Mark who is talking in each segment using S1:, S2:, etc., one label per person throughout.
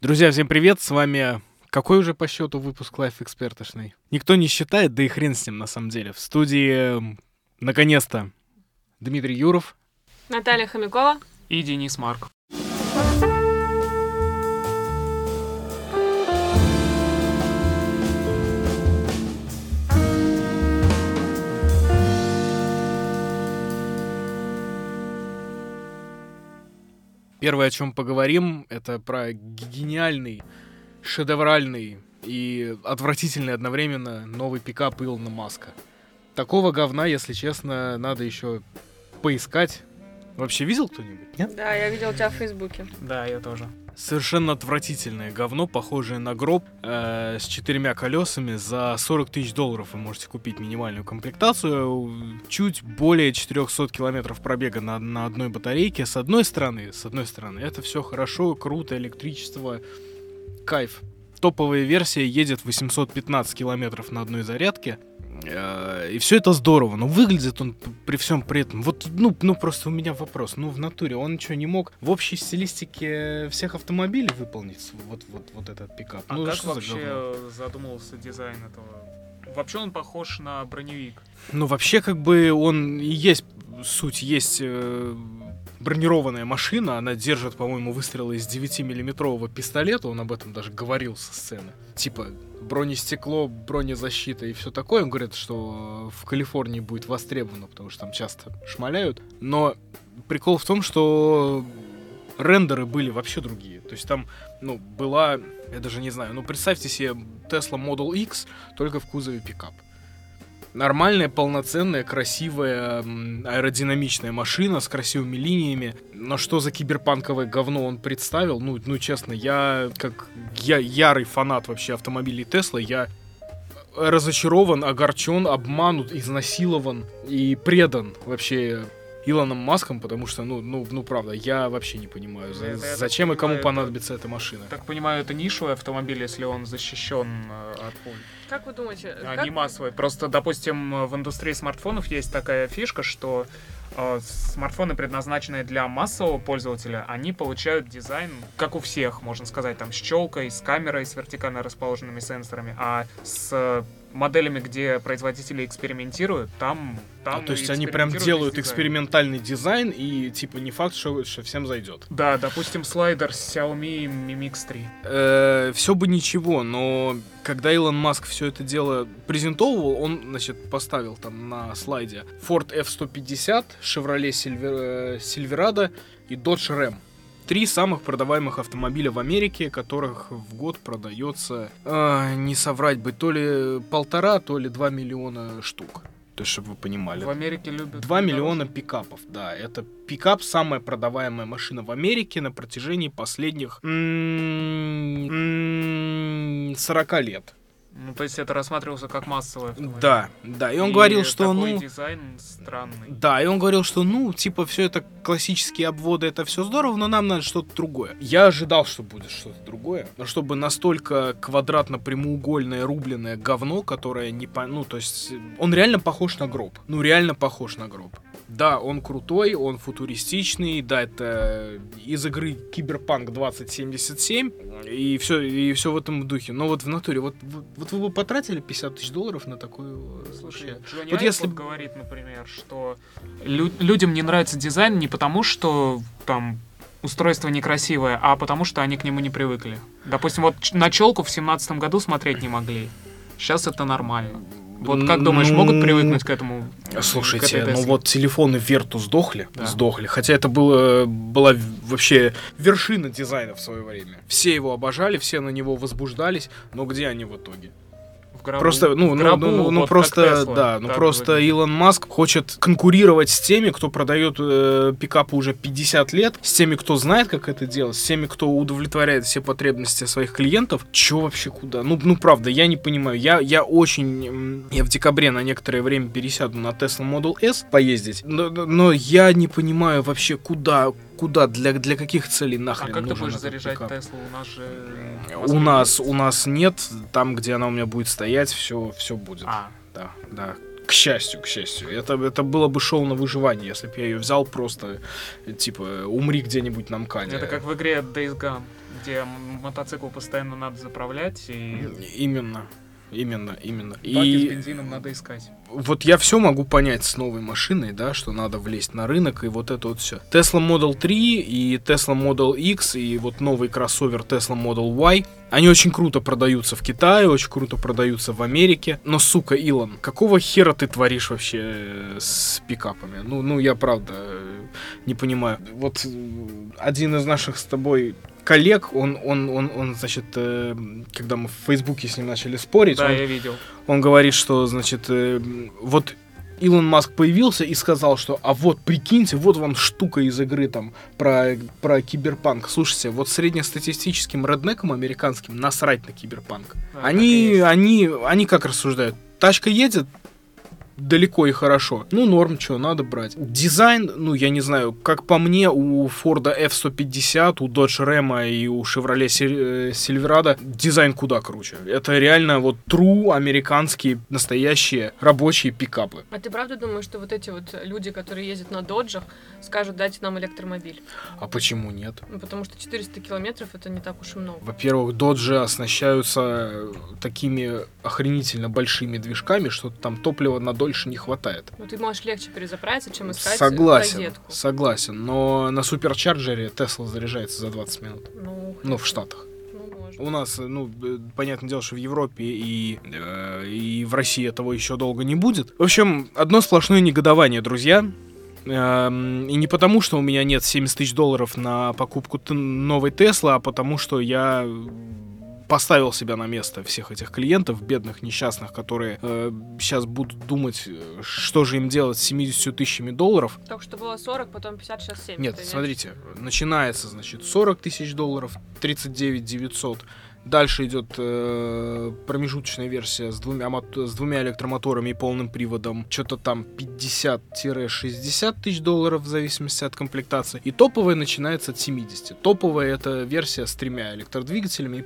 S1: Друзья, всем привет, с вами какой уже по счету выпуск Life Экспертошный? Никто не считает, да и хрен с ним на самом деле. В студии, наконец-то, Дмитрий Юров,
S2: Наталья Хомякова
S3: и Денис Марк.
S1: Первое, о чем поговорим, это про гениальный, шедевральный и отвратительный одновременно новый пикап Илона Маска. Такого говна, если честно, надо еще поискать. Вообще видел кто-нибудь? Нет?
S2: Да, я видел тебя в Фейсбуке.
S3: Да, я тоже.
S1: Совершенно отвратительное говно, похожее на гроб, с 4 колесами. За $40 тысяч вы можете купить минимальную комплектацию. Чуть более 400 километров пробега на одной батарейке. С одной стороны, это все хорошо, круто, электричество, кайф. Топовая версия едет 815 километров на одной зарядке. И все это здорово, но выглядит он при всем при этом. Вот, просто у меня вопрос. В натуре он что, не мог в общей стилистике всех автомобилей выполнить вот этот пикап?
S3: А как вообще задумывался дизайн этого? Вообще он похож на броневик.
S1: Вообще, он и есть, суть есть бронированная машина, она держит, по-моему, выстрелы из 9-миллиметрового пистолета, он об этом даже говорил со сцены. Типа, бронестекло, бронезащита и все такое. Он говорит, что в Калифорнии будет востребовано, потому что там часто шмаляют. Но прикол в том, что рендеры были вообще другие. То есть там, была, я даже не знаю, представьте себе Tesla Model X, только в кузове пикап. Нормальная, полноценная, красивая, аэродинамичная машина с красивыми линиями. Но что за киберпанковое говно он представил? Честно, я ярый фанат вообще автомобилей Tesla, я разочарован, огорчен, обманут, изнасилован и предан вообще Илоном Маском, потому что, правда, я вообще не понимаю, зачем и кому понадобится эта машина.
S3: Так понимаю, это нишевый автомобиль, если он защищен от пуль.
S2: Как вы думаете?
S3: Не массовый. Просто, допустим, в индустрии смартфонов есть такая фишка, что смартфоны, предназначенные для массового пользователя, они получают дизайн, как у всех, можно сказать, там, с челкой, с камерой, с вертикально расположенными сенсорами, а с моделями, где производители экспериментируют, там
S1: то есть они прям делают экспериментальный дизайн, и типа не факт, что всем зайдет.
S3: Да, допустим, слайдер с Xiaomi Mi Mix 3.
S1: Все бы ничего, но когда Илон Маск все это дело презентовывал, он, поставил там на слайде Ford F-150, Chevrolet Silverado и Dodge Ram. 3 самых продаваемых автомобиля в Америке, которых в год продается, не соврать бы, то ли 1,5, то ли 2 миллиона штук. То есть, чтобы вы понимали.
S3: В Америке любят
S1: 2 миллиона пикапов, да. Это пикап, самая продаваемая машина в Америке на протяжении последних 40 лет.
S3: То есть это рассматривался как массовый автомобиль.
S1: Да, и он говорил, что
S3: такой дизайн странный.
S1: Да, и он говорил, что все это классические обводы, это все здорово, но нам надо что-то другое. Я ожидал, что будет что-то другое, но чтобы настолько квадратно-прямоугольное рубленое говно, которое то есть он реально похож на гроб. Да, он крутой, он футуристичный, да, это из игры Cyberpunk 2077, и все в этом духе. Но в натуре, вот вы бы потратили $50 тысяч на такую...
S3: Слушай, Джонни Айв говорит, например, что людям не нравится дизайн не потому, что там устройство некрасивое, а потому, что они к нему не привыкли. Допустим, на челку в 2017 году смотреть не могли. Сейчас это нормально. Вот как думаешь, могут привыкнуть к этому?
S1: Слушайте, телефоны Верту сдохли. Хотя это была вообще вершина дизайна в свое время. Все его обожали, все на него возбуждались, но где они в итоге? Просто Илон Маск хочет конкурировать с теми, кто продает пикапы уже 50 лет, с теми, кто знает, как это делать, с теми, кто удовлетворяет все потребности своих клиентов. Чё вообще куда? Правда, я не понимаю. Я в декабре на некоторое время пересяду на Tesla Model S поездить, но я не понимаю вообще куда, для каких целей нахрен нужен.
S3: А как ты будешь заряжать Теслу?
S1: У нас нет, там, где она у меня будет стоять, все будет. Да. К счастью. Это было бы шоу на выживание, если бы я ее взял просто, умри где-нибудь на МКАДе.
S3: Это как в игре Days Gone. где мотоцикл постоянно надо заправлять, и
S1: Именно.
S3: баки с бензином надо искать.
S1: Вот я все могу понять с новой машиной, да, что надо влезть на рынок, и вот это вот все. Tesla Model 3 и Tesla Model X, и вот новый кроссовер Tesla Model Y, они очень круто продаются в Китае, очень круто продаются в Америке. Но, сука, Илон, какого хера ты творишь вообще с пикапами? Ну, я правда не понимаю. Вот один из наших с тобой коллег, он значит, когда мы в Фейсбуке с ним начали спорить,
S3: Да, я видел.
S1: он говорит, что, значит, вот Илон Маск появился и сказал, что, а вот, прикиньте, вот вам штука из игры там про киберпанк. Слушайте, вот среднестатистическим реднекам американским насрать на киберпанк.
S3: Да,
S1: Они как рассуждают? Тачка едет далеко и хорошо. Ну, норм, что, надо брать. Дизайн, ну, я не знаю, как по мне, у Форда F-150, у Dodge Ram и у Chevrolet Silverado дизайн куда круче. Это реально вот true американские настоящие рабочие пикапы.
S2: А ты правда думаешь, что вот эти вот люди, которые ездят на доджах, скажут, дайте нам электромобиль?
S1: А почему нет?
S2: Ну, потому что 400 километров это не так уж и много.
S1: Во-первых, доджи оснащаются такими охренительно большими движками, что там топлива на дольше не хватает.
S2: Ну, ты можешь легче перезаправиться, чем искать розетку.
S1: Согласен, но на суперчарджере Tesla заряжается за 20 минут. Ну, в Штатах. У нас, понятное дело, что в Европе и в России этого еще долго не будет. В общем, одно сплошное негодование, друзья. И не потому, что у меня нет $70 тысяч на покупку новой Теслы, а потому, что я поставил себя на место всех этих клиентов, бедных, несчастных, которые сейчас будут думать, что же им делать с $70 тысячами.
S2: Только что было 40, потом 50, сейчас 70.
S1: Нет, смотрите, начинается, значит, $40 тысяч, 39 900. Дальше идет промежуточная версия с двумя электромоторами и полным приводом. Что-то там 50-60 тысяч долларов в зависимости от комплектации. И топовая начинается от 70. Топовая — это версия с 3 электродвигателями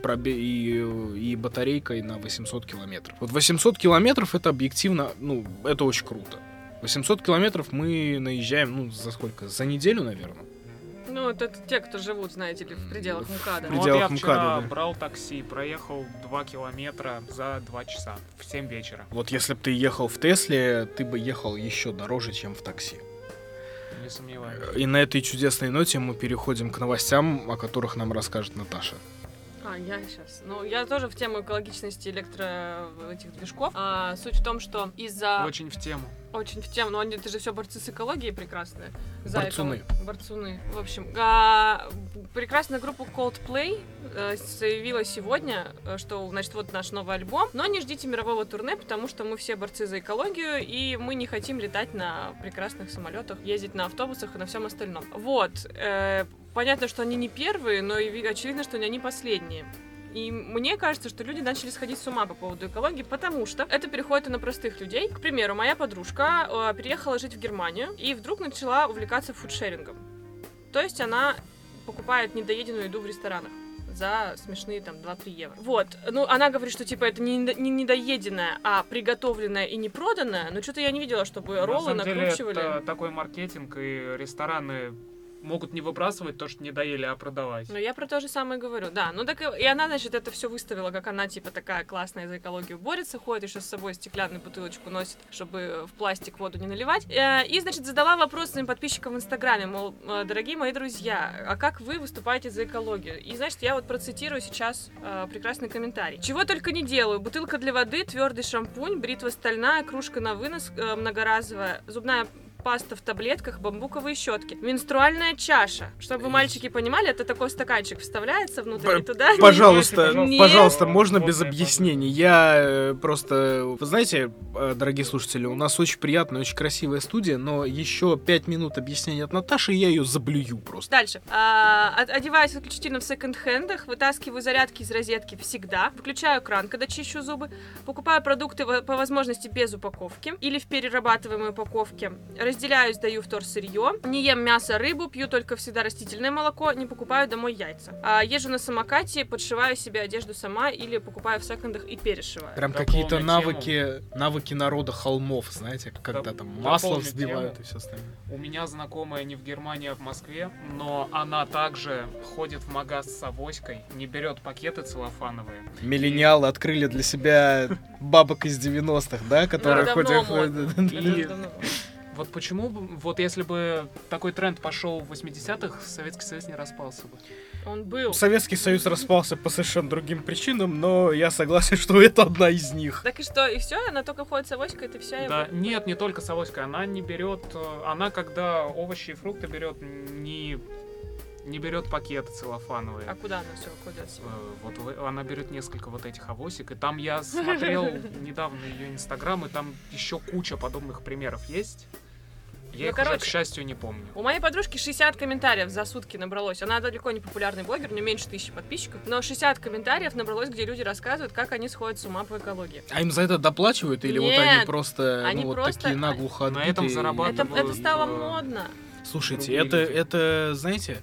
S1: и батарейкой на 800 километров. Вот 800 километров — это объективно, это очень круто. 800 километров мы наезжаем, за сколько? За неделю, наверное.
S2: Ну, это те, кто живут, знаете ли, в пределах МКАДа.
S1: В пределах
S3: я вчера
S1: МКАДа, да.
S3: брал такси, проехал 2 километра за 2 часа в 7 вечера.
S1: Вот если бы ты ехал в Тесле, ты бы ехал еще дороже, чем в такси.
S3: Не сомневаюсь.
S1: И на этой чудесной ноте мы переходим к новостям, о которых нам расскажет Наташа.
S2: Я сейчас. Я тоже в тему экологичности этих движков. Суть в том, что из-за...
S3: Очень в тему.
S2: Очень в тему. Но это же все борцы с экологией прекрасные. Борцуны. В общем, прекрасная группа Coldplay заявила сегодня, что, значит, вот наш новый альбом. Но не ждите мирового турне, потому что мы все борцы за экологию, и мы не хотим летать на прекрасных самолетах, ездить на автобусах и на всем остальном. Вот. Понятно, что они не первые, но и очевидно, что они последние. И мне кажется, что люди начали сходить с ума по поводу экологии, потому что это переходит и на простых людей. К примеру, моя подружка переехала жить в Германию и вдруг начала увлекаться фудшерингом. То есть она покупает недоеденную еду в ресторанах за смешные 2-3 евро. Вот. Она говорит, что это не недоеденная, а приготовленная и не проданная. Но что-то я не видела, чтобы роллы накручивали.
S3: На самом деле это такой маркетинг, и рестораны могут не выбрасывать то, что не доели, а продавать.
S2: Я про то же самое говорю, да. И она, значит, это все выставила, как она, такая классная за экологию борется, ходит, еще с собой стеклянную бутылочку носит, чтобы в пластик воду не наливать. И, значит, задала вопрос своим подписчикам в Инстаграме, мол, дорогие мои друзья, а как вы выступаете за экологию? И, значит, я вот процитирую сейчас прекрасный комментарий. Чего только не делаю. Бутылка для воды, твердый шампунь, бритва стальная, кружка на вынос многоразовая, зубная паста в таблетках, бамбуковые щетки. Менструальная чаша. Чтобы вы, мальчики, понимали, это такой стаканчик вставляется внутрь и туда.
S1: Пожалуйста, можно без объяснений. Я просто... Вы знаете, дорогие слушатели, у нас очень приятная, очень красивая студия, но еще 5 минут объяснений от Наташи, и я ее заблюю просто.
S2: Дальше. Одеваюсь исключительно в секонд-хендах, вытаскиваю зарядки из розетки всегда, выключаю кран, когда чищу зубы, покупаю продукты по возможности без упаковки или в перерабатываемой упаковке, разделяю, сдаю вторсырье, не ем мясо, рыбу, пью только всегда растительное молоко, не покупаю домой яйца. Езжу на самокате, подшиваю себе одежду сама или покупаю в секондах и перешиваю.
S1: Прям какие-то навыки народа холмов, знаете, когда там масло взбивают и все остальное.
S3: У меня знакомая не в Германии, а в Москве, но она также ходит в магаз с авоськой, не берет пакеты целлофановые.
S1: Миллениалы открыли для себя бабок из 90-х, да, которые ходят...
S3: Вот почему бы, вот если бы такой тренд пошел в 80-х, Советский Союз не распался бы.
S2: Он был.
S1: Советский Союз распался по совершенно другим причинам, но я согласен, что это одна из них.
S2: Так и что, и все? Она только ходит с авоськой, это вся его?
S3: Да, нет, не только с авоськой, она не берет, она когда овощи и фрукты берет, не берет пакеты целлофановые.
S2: А куда она все кладет?
S3: Вот она берет несколько вот этих авосик, и там я смотрел недавно ее инстаграм, и там еще куча подобных примеров есть. Я их уже, к счастью, не помню.
S2: У моей подружки 60 комментариев за сутки набралось. Она далеко не популярный блогер, у нее меньше 1000 подписчиков, но 60 комментариев набралось, где люди рассказывают, как они сходят с ума по экологии.
S1: А им за это доплачивают? Или
S2: Нет,
S1: вот они просто,
S2: они
S1: вот
S2: просто
S1: такие наглухо отбитые?
S3: На этом зарабатывают.
S2: Это стало модно.
S1: Слушайте, это, знаете,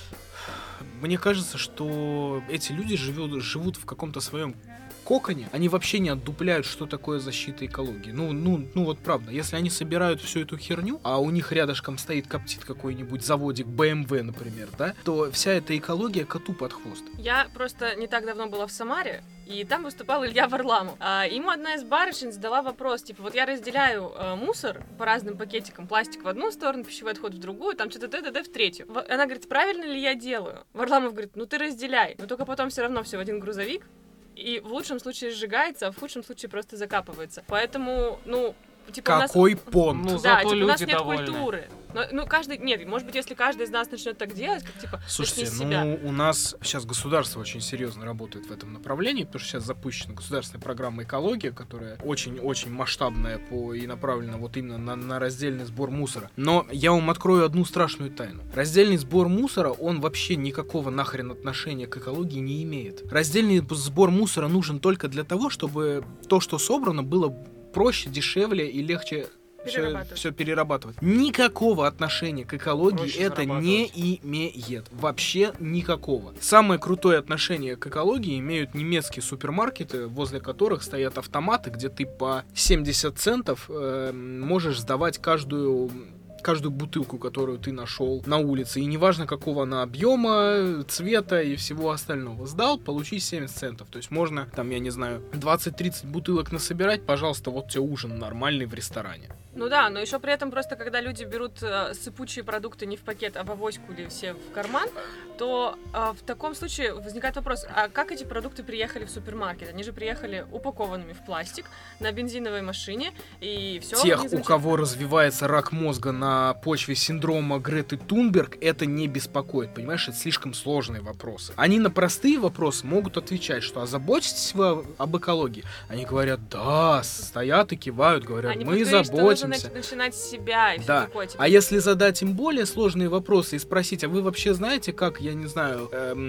S1: мне кажется, что эти люди живут в каком-то своем коконе, они вообще не отдупляют, что такое защита экологии. Ну вот правда, если они собирают всю эту херню, а у них рядышком стоит, коптит какой-нибудь заводик BMW, например, да, то вся эта экология коту под хвост.
S2: Я просто не так давно была в Самаре, и там выступал Илья Варламов. Ему одна из барышень задала вопрос, типа, вот я разделяю мусор по разным пакетикам, пластик в одну сторону, пищевой отход в другую, там что-то т.д. в третью. Она говорит, правильно ли я делаю? Варламов говорит, ну ты разделяй, но только потом все равно все в один грузовик, и в лучшем случае сжигается, а в худшем случае просто закапывается. Поэтому, типа,
S1: какой понт!
S2: Да, типа, у нас нет культуры. Каждый... Нет, может быть, если каждый из нас начнет так делать, как, типа,
S1: слушайте,
S2: себя.
S1: У нас сейчас государство очень серьезно работает в этом направлении, потому что сейчас запущена государственная программа «Экология», которая очень-очень масштабная и направлена вот именно на раздельный сбор мусора. Но я вам открою одну страшную тайну. Раздельный сбор мусора, он вообще никакого нахрен отношения к экологии не имеет. Раздельный сбор мусора нужен только для того, чтобы то, что собрано, было проще, дешевле и легче все перерабатывать. Никакого отношения к экологии проще это не имеет. Вообще никакого. Самое крутое отношение к экологии имеют немецкие супермаркеты, возле которых стоят автоматы, где ты по 70 центов можешь сдавать каждую бутылку, которую ты нашел на улице, и неважно какого она объема, цвета и всего остального. Сдал, получи 70 центов. То есть можно, там, я не знаю, 20-30 бутылок насобирать, пожалуйста, вот тебе ужин нормальный в ресторане.
S2: Ну да, но еще при этом просто, когда люди берут сыпучие продукты не в пакет, а в авоську или все в карман, то в таком случае возникает вопрос, а как эти продукты приехали в супермаркет? Они же приехали упакованными в пластик на бензиновой машине, и все.
S1: Тех, у кого развивается рак мозга на почве синдрома Греты Тунберг, это не беспокоит, понимаешь? Это слишком сложные вопросы. Они на простые вопросы могут отвечать, что озаботитесь вы об экологии? Они говорят, да, стоят и кивают, говорят, мы заботимся.
S2: Начинать с себя и
S1: да.
S2: все такое. Типа.
S1: А если задать им более сложные вопросы и спросить, а вы вообще знаете, как, я не знаю,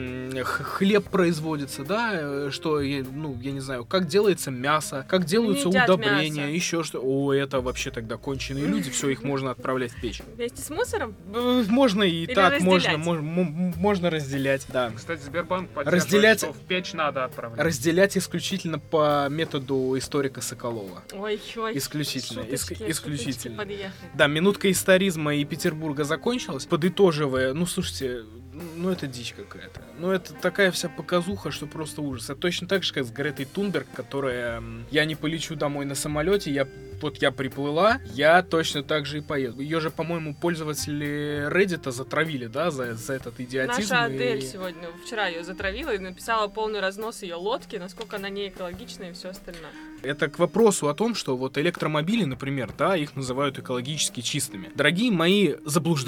S1: хлеб производится, да, что, я не знаю, как делается мясо, как делаются удобрения, еще что. О, это вообще тогда конченые люди, все, их можно отправлять в печь.
S2: Вместе с мусором?
S1: Можно и или так,
S2: разделять?
S1: можно разделять, да.
S3: Кстати, Сбербанк поддерживает, что в печь надо отправлять.
S1: Разделять исключительно по методу историка Соколова.
S2: Ой,
S1: исключительно. Исключительно.
S2: Подъехали.
S1: Да, минутка историзма и Петербурга закончилась. Подытоживая, слушайте, это дичь какая-то. Это такая вся показуха, что просто ужас. Это точно так же, как с Гретой Тунберг, которая я не полечу домой на самолете, я приплыла, я точно так же и поеду. Ее же, по-моему, пользователи Reddit затравили, да, за этот идиотизм.
S2: Наша Адель вчера ее затравила и написала полный разнос ее лодки, насколько она не экологична и все остальное.
S1: Это к вопросу о том, что вот электромобили, например, да, их называют экологически чистыми. Дорогие мои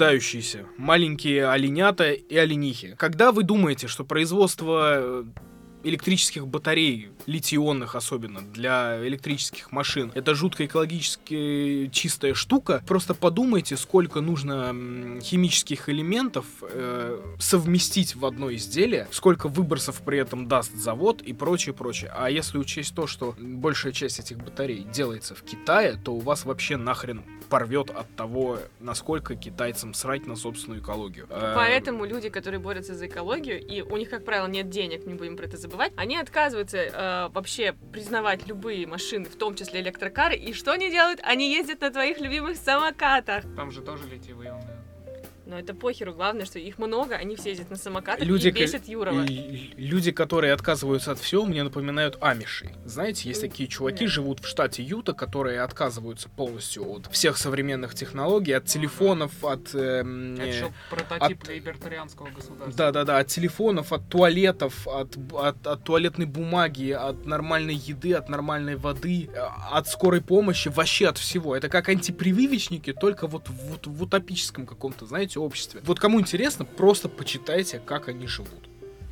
S1: заблуждающиеся, маленькие оленята и оленихи, когда вы думаете, что производство электрических батарей, литий-ионных особенно, для электрических машин. Это жутко экологически чистая штука. Просто подумайте, сколько нужно химических элементов совместить в одно изделие, сколько выбросов при этом даст завод и прочее, прочее. А если учесть то, что большая часть этих батарей делается в Китае, то у вас вообще нахрен порвет от того, насколько китайцам срать на собственную экологию.
S2: Поэтому люди, которые борются за экологию, и у них, как правило, нет денег, не будем про это забывать, они отказываются вообще признавать любые машины, в том числе электрокары, и что они делают? Они ездят на твоих любимых самокатах.
S3: Там же тоже литий-ионные.
S2: Но это похеру, главное, что их много, они все ездят на самокатах и бесят Юрова.
S1: Люди, которые отказываются от всего, мне напоминают амишей. Знаете, есть такие чуваки, живут в штате Юта, которые отказываются полностью от всех современных технологий, от телефонов, от...
S3: Это еще прототип либертарианского государства.
S1: Да-да-да, от телефонов, от туалетов, от туалетной бумаги, от нормальной еды, от нормальной воды, от скорой помощи, вообще от всего. Это как антипрививочники, только вот в утопическом каком-то, знаете, обществе. Вот кому интересно, просто почитайте, как они живут.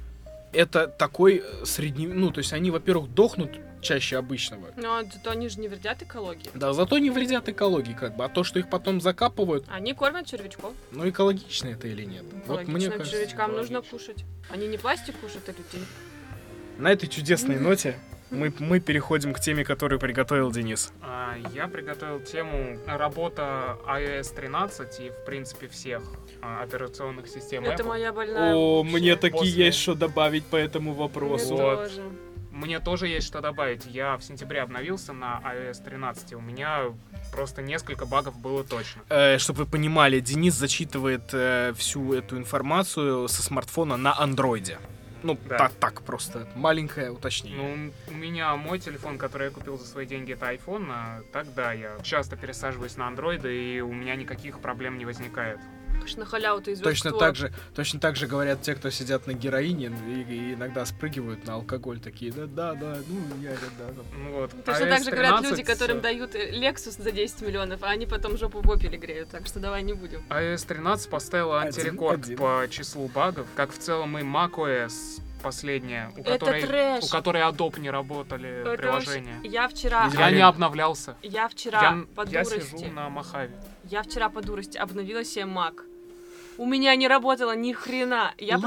S1: Это такой средний... Ну, то есть они, во-первых, дохнут чаще обычного.
S2: Но зато они же не вредят экологии.
S1: Да, зато не вредят экологии, как бы. А то, что их потом закапывают...
S2: Они кормят червячков.
S1: Ну, экологично это или нет? Вот мне кажется,
S2: червячкам нужно кушать. Они не пластик кушают, а людей.
S1: На этой чудесной ноте мы переходим к теме, которую приготовил Денис.
S3: Я приготовил тему работа iOS 13 и, в принципе, всех операционных систем Apple.
S2: Это моя больная.
S1: О, мне таки есть что добавить по этому вопросу.
S3: Вот. Мне тоже есть что добавить. Я в сентябре обновился на iOS 13. У меня просто несколько багов было точно.
S1: Чтобы вы понимали, Денис зачитывает всю эту информацию со смартфона на андроиде. Ну,
S3: да.
S1: так просто. Маленькое уточнение.
S3: Ну, у меня мой телефон, который я купил за свои деньги, это iPhone. Тогда я часто пересаживаюсь на андроиды, и у меня никаких проблем не возникает.
S2: На халяву ты извез
S1: Точно так же говорят те, кто сидят на героине и иногда спрыгивают на алкоголь, такие, да, ну, я, да.
S3: Вот.
S2: Точно так же говорят люди, которым дают Lexus за 10 миллионов, а они потом жопу в опеле греют, так что давай не будем.
S3: iOS 13 поставила антирекорд по числу багов, как в целом и macOS последняя, у которой Adobe не работали приложения.
S2: Я вчера...
S3: Я не обновлялся.
S2: Я вчера по дурости...
S3: Я сижу на Мохаве.
S2: Я вчера по дурости обновила себе Mac. У меня не работало ни хрена. Я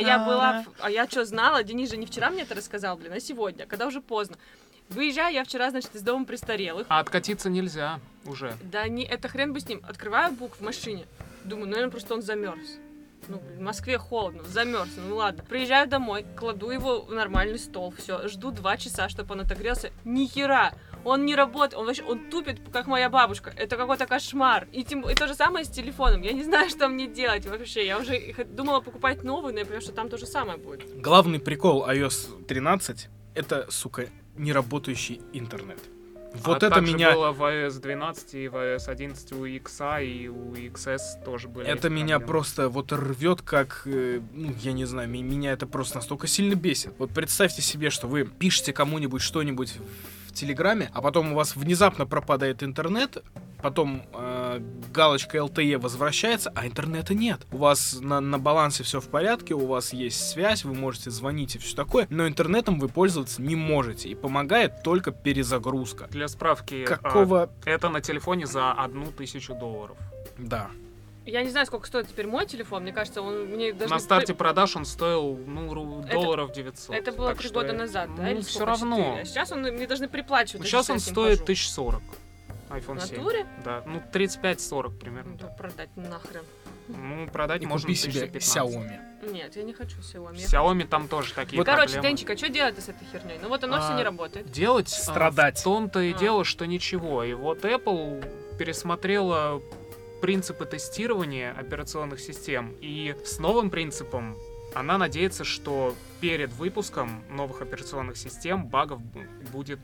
S2: что знала? Денис же не вчера мне это рассказал, а сегодня, когда уже поздно. Выезжаю я вчера, значит, из дома престарелых.
S3: А откатиться нельзя уже.
S2: Да не, это хрен бы с ним. Открываю бук в машине. Думаю, наверное, просто он замерз. Ну, в Москве холодно, замерз, ну ладно. Приезжаю домой, кладу его в нормальный стол, все, жду 2 часа, чтобы он отогрелся. Ни хера! Он не работает, он тупит, как моя бабушка. Это какой-то кошмар. И то же самое с телефоном. Я не знаю, что мне делать вообще. Я уже думала покупать новый, но я понимаю, что там то же самое будет.
S1: Главный прикол iOS 13 — это, сука, неработающий интернет. Вот это меня...
S3: было в iOS 12 и в iOS 11 у X и у XS тоже были.
S1: Это меня просто вот рвет, как, ну, я не знаю, меня это просто настолько сильно бесит. Вот представьте себе, что вы пишете кому-нибудь что-нибудь в Телеграме, а потом у вас внезапно пропадает интернет, потом галочка LTE возвращается, а интернета нет. У вас на балансе все в порядке, у вас есть связь, вы можете звонить и все такое, но интернетом вы пользоваться не можете, и помогает только перезагрузка.
S3: Для справки, это на телефоне за $1000.
S1: Да.
S2: Я не знаю, сколько стоит теперь мой телефон. Мне кажется, он мне даже...
S3: На старте продаж он стоил, долларов 900.
S2: Это было 3 года назад, да? Или
S3: все равно.
S2: 4? А сейчас мне должны приплачивать.
S3: Сейчас он стоит 1040. iPhone 7.
S2: В натуре?
S3: Да, 35-40 примерно.
S2: Ну, продать нахрен.
S3: Продать
S1: и
S3: можно
S1: купи себе
S3: 1015.
S1: Xiaomi.
S2: Нет, я не хочу Xiaomi.
S3: Xiaomi там тоже такие
S2: Короче,
S3: проблемы.
S2: Денчик, а что делать с этой херней? Ну вот оно все не работает.
S3: Делать?
S1: Страдать.
S3: В том-то и дело, что ничего. И вот Apple пересмотрела принципы тестирования операционных систем. И с новым принципом она надеется, что перед выпуском новых операционных систем багов будет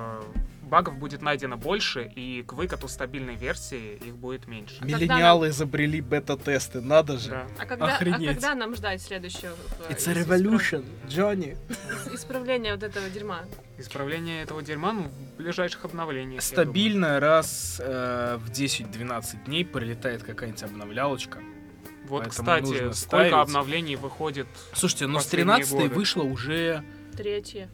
S3: найдено больше, и к выкату стабильной версии их будет меньше.
S1: Миллениалы изобрели бета-тесты, надо же.
S3: Да.
S2: А
S1: Охренеть.
S2: когда нам ждать следующего?
S1: It's a revolution, Johnny.
S2: Исправление вот этого дерьма.
S3: Исправление этого дерьма в ближайших обновлениях.
S1: Стабильно раз в 10-12 дней прилетает какая-нибудь обновлялочка.
S3: Вот,
S1: поэтому
S3: кстати,
S1: нужно
S3: сколько
S1: ставить.
S3: обновлений выходит.
S1: Слушайте, ну с
S3: последние
S1: 13-й
S3: годы.
S1: вышло уже
S2: Третье.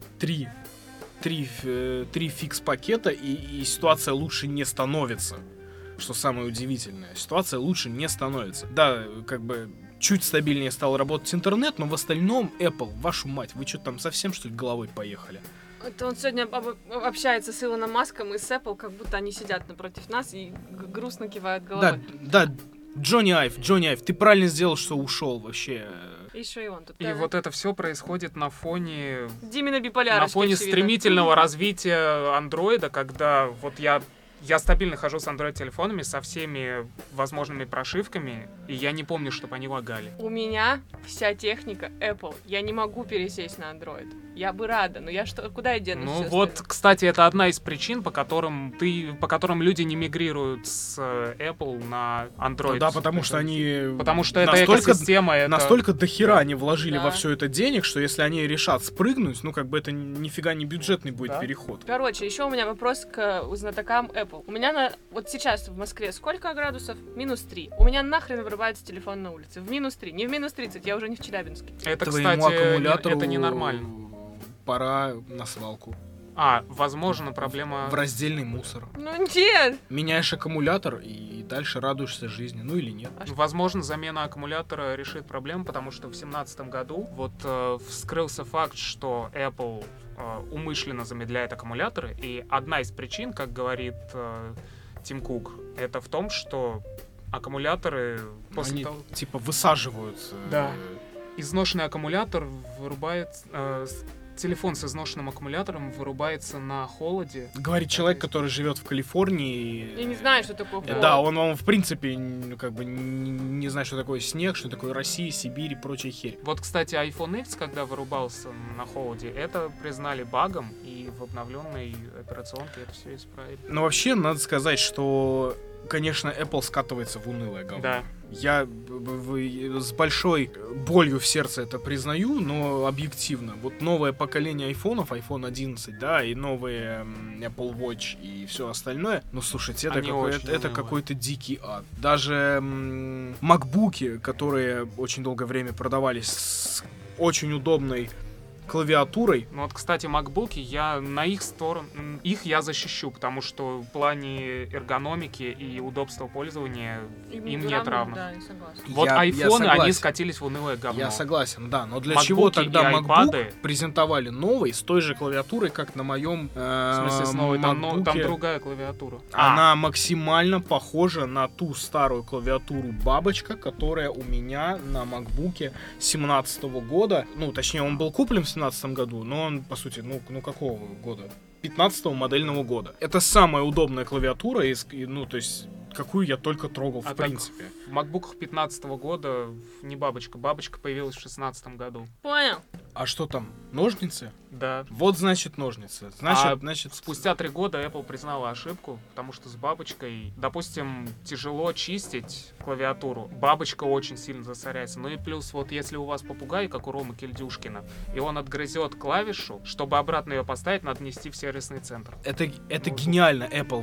S1: Три фикс-пакета, и ситуация лучше не становится. Что самое удивительное. Ситуация лучше не становится. Да, как бы чуть стабильнее стал работать интернет, но в остальном Apple, вашу мать, вы что там совсем, что ли, головой поехали?
S2: Это он сегодня общается с Илоном Маском и с Apple, как будто они сидят напротив нас и грустно кивают головой.
S1: Да, Джонни Айв, ты правильно сделал, что ушел вообще.
S2: Еще и он тут.
S3: И вот это все происходит на фоне...
S2: Димина биполярочки,
S3: На фоне
S2: очевидно.
S3: стремительного развития андроида, когда вот я стабильно хожу с Android-телефонами, со всеми возможными прошивками, и я не помню, чтобы они лагали.
S2: У меня вся техника Apple. Я не могу пересесть на Android. Я бы рада, но куда я денусь?
S3: Ну вот, кстати, это одна из причин, по которым люди не мигрируют с Apple на Android.
S1: Ну да, потому что они...
S3: Потому что это экосистема.
S1: Настолько дохера они вложили
S2: Да.
S1: во все это денег, что если они решат спрыгнуть, ну как бы это нифига не бюджетный будет переход.
S2: Короче, еще у меня вопрос к знатокам Apple. У меня вот сейчас в Москве сколько градусов? -3. У меня нахрен вырубается телефон на улице. В -3. Не в -30, я уже не в Челябинске.
S3: Это,
S1: Твоему
S3: кстати,
S1: аккумулятору
S3: это ненормально.
S1: Пора на свалку.
S3: Возможно, проблема...
S1: В раздельный мусор.
S2: Ну нет!
S1: Меняешь аккумулятор и дальше радуешься жизни. Ну или нет.
S3: Возможно, замена аккумулятора решит проблему, потому что в 2017 году вот вскрылся факт, что Apple умышленно замедляет аккумуляторы, и одна из причин, как говорит Тим Кук, это в том, что аккумуляторы после
S1: Они
S3: того...
S1: типа высаживают.
S3: Да. Изношенный аккумулятор вырубает... телефон с изношенным аккумулятором вырубается на холоде.
S1: Говорит человек, который живет в Калифорнии.
S2: Я не знаю, что такое холод.
S1: Да, он в принципе как бы не знает, что такое снег, что такое Россия, Сибирь и прочая херь.
S3: Вот, кстати, iPhone X, когда вырубался на холоде, это признали багом, и в обновленной операционке это все исправили.
S1: Но вообще, надо сказать, что, конечно, Apple скатывается в унылое говно.
S3: Да.
S1: Я с большой болью в сердце это признаю, но объективно. Вот новое поколение айфонов, iPhone 11, да, и новые Apple Watch и все остальное. Ну, слушайте, это какой-то дикий ад. Даже макбуки, которые очень долгое время продавались с очень удобной клавиатурой.
S3: Ну вот, кстати, макбуки, их я защищу, потому что в плане эргономики и удобства пользования им нет равных.
S2: Да, я согласна.
S3: Вот айфоны, они скатились в унылое говно.
S1: Я согласен, да, но для
S3: MacBook
S1: чего тогда
S3: и
S1: MacBook
S3: iPad
S1: презентовали новый с той же клавиатурой, как на моем
S3: В смысле, с новой, там
S1: MacBook'е?
S3: другая клавиатура.
S1: Она максимально похожа на ту старую клавиатуру бабочка, которая у меня на MacBook'е 17 года. Ну, точнее, он был куплен в 17 году, но он, по сути, ну какого года? 15-го модельного года. Это самая удобная клавиатура, то есть, какую я только трогал, в принципе.
S3: В MacBook'ах 15 года не бабочка. Бабочка появилась в 16 году.
S2: Понял.
S1: А что там? Ножницы?
S3: Да.
S1: Вот значит ножницы. Значит,
S3: Спустя 3 года Apple признала ошибку, потому что с бабочкой, допустим, тяжело чистить клавиатуру. Бабочка очень сильно засоряется. Ну и плюс, вот если у вас попугай, как у Ромы Кильдюшкина, и он отгрызет клавишу, чтобы обратно ее поставить, надо нести в сервисный центр.
S1: Это гениально, Apple.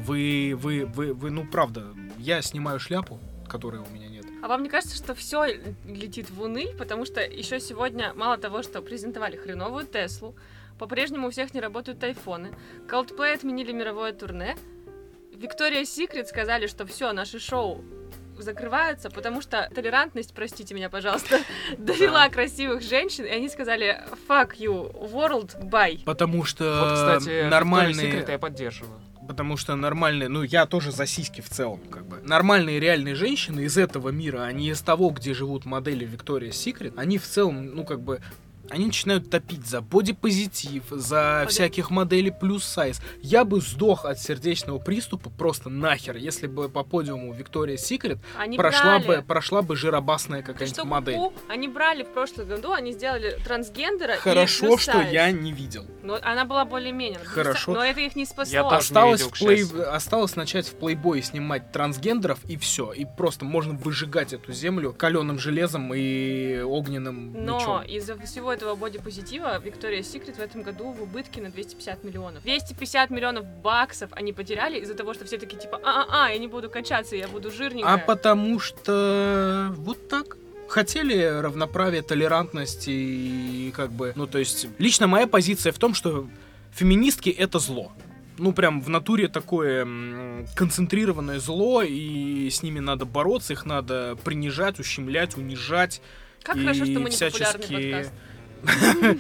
S1: Вы, ну правда, я снимаю шляпу, которой у меня нет.
S2: А вам не кажется, что все летит в уныль? Потому что еще сегодня мало того, что презентовали хреновую Теслу, по-прежнему у всех не работают айфоны, Coldplay отменили мировое турне, Victoria's Secret сказали, что все, наши шоу закрываются, потому что толерантность, простите меня, пожалуйста, довела красивых женщин, и они сказали fuck you, world, bye.
S1: Потому что
S3: Вот, кстати,
S1: нормальные...
S3: Victoria's Secret я поддерживаю.
S1: Потому что нормальные, ну я тоже за сиськи в целом, как бы. Нормальные реальные женщины из этого мира, а не из того, где живут модели Victoria's Secret, они в целом, ну как бы, они начинают топить за бодипозитив, за всяких моделей плюс сайз. Я бы сдох от сердечного приступа просто нахер, если бы по подиуму Victoria's Secret прошла бы жиробасная какая-нибудь модель.
S2: Они брали в прошлом году, они сделали трансгендера.
S1: Хорошо, что я не видел.
S2: Но она была более-менее.
S1: Хорошо.
S2: Но это их не спасло.
S1: Осталось начать в Playboy снимать трансгендеров, и все. И просто можно выжигать эту землю каленым железом и огненным мечом.
S2: Но из-за всего этого бодипозитива Victoria's Secret в этом году в убытке на 250 миллионов. 250 миллионов баксов они потеряли из-за того, что все такие типа, я не буду качаться, я буду жирненькая.
S1: А потому что вот так. хотели равноправие, толерантность и как бы... Ну, то есть, лично моя позиция в том, что феминистки — это зло. Ну, прям в натуре такое концентрированное зло, и с ними надо бороться, их надо принижать, ущемлять, унижать.
S2: Как хорошо, что мы не популярный подкаст.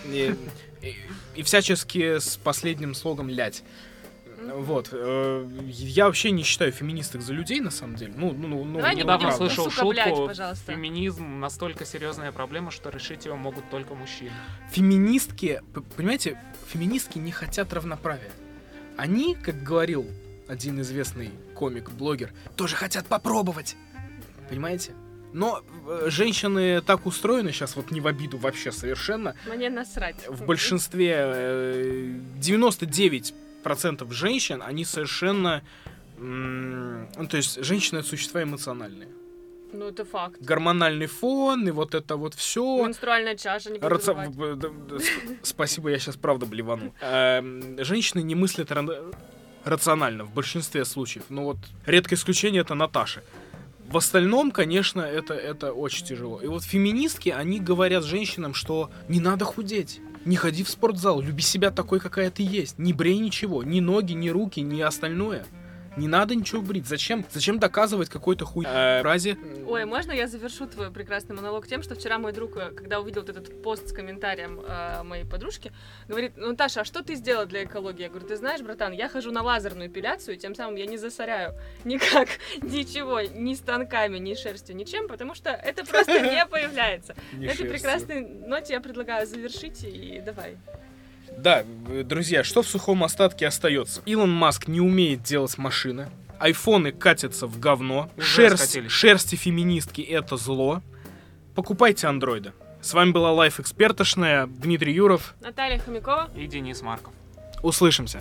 S1: И всячески с последним слогом «лять». Вот. Я вообще не считаю феминисток за людей, на самом деле.
S2: Давай
S3: недавно
S2: будем
S3: слышал
S2: усугублять,
S3: шутку:
S2: пожалуйста.
S3: феминизм настолько серьезная проблема, что решить ее могут только мужчины.
S1: Феминистки, понимаете, феминистки не хотят равноправия. Они, как говорил один известный комик-блогер, тоже хотят попробовать. Понимаете? Но женщины так устроены сейчас, вот не в обиду вообще совершенно.
S2: Мне насрать.
S1: В большинстве 99% женщин, они совершенно... то есть женщины — это существа эмоциональные.
S2: Ну, это факт.
S1: Гормональный фон, и вот это вот все.
S2: Менструальная чаша, не буду врубать.
S1: Спасибо, я сейчас правда блевану. Женщины не мыслят рационально в большинстве случаев. Но вот редкое исключение — это Наташа. В остальном, конечно, это очень тяжело. И вот феминистки, они говорят женщинам, что не надо худеть. Не ходи в спортзал, люби себя такой, какая ты есть. Не брей ничего, ни ноги, ни руки, ни остальное. Не надо ничего брить. Зачем доказывать какой-то хуй фразе?
S2: Ой, можно я завершу твой прекрасный монолог тем, что вчера мой друг, когда увидел вот этот пост с комментарием моей подружки, говорит: ну, Наташа, а что ты сделала для экологии? Я говорю: ты знаешь, братан, я хожу на лазерную эпиляцию, тем самым я не засоряю никак, ничего, ни станками, ни шерстью, ничем, потому что это просто не появляется. На этой прекрасной ноте я предлагаю завершить, и давай.
S1: Да, друзья, что в сухом остатке остается? Илон Маск не умеет делать машины. Айфоны катятся в говно. Шерсти феминистки — это зло. Покупайте андроида. С вами была Лайф-экспертошная. Дмитрий Юров,
S2: Наталья Хомякова
S3: и Денис Марков.
S1: Услышимся.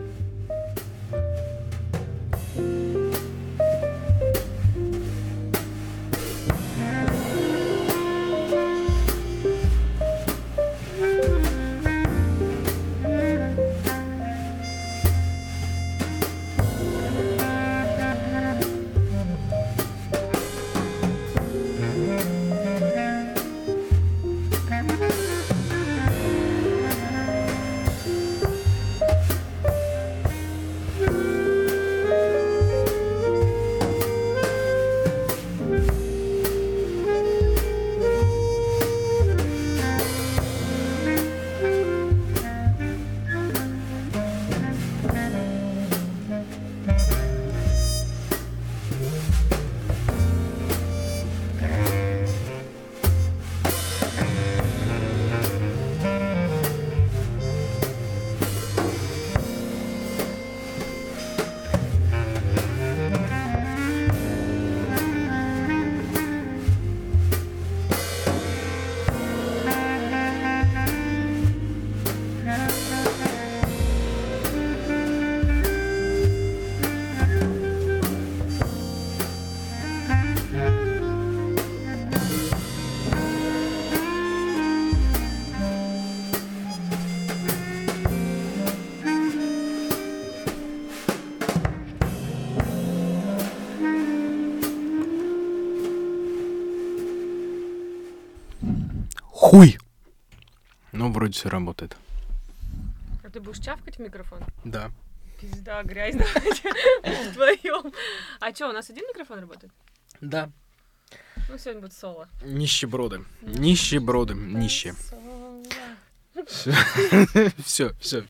S1: Хуй! Ну, вроде все работает.
S2: А ты будешь чавкать в микрофон?
S1: Да.
S2: Пизда, грязь, давайте вдвоем. А что, у нас один микрофон работает?
S1: Да.
S2: Ну, сегодня будет соло.
S1: Нищеброды. Нищие.
S2: Соло.
S1: Все.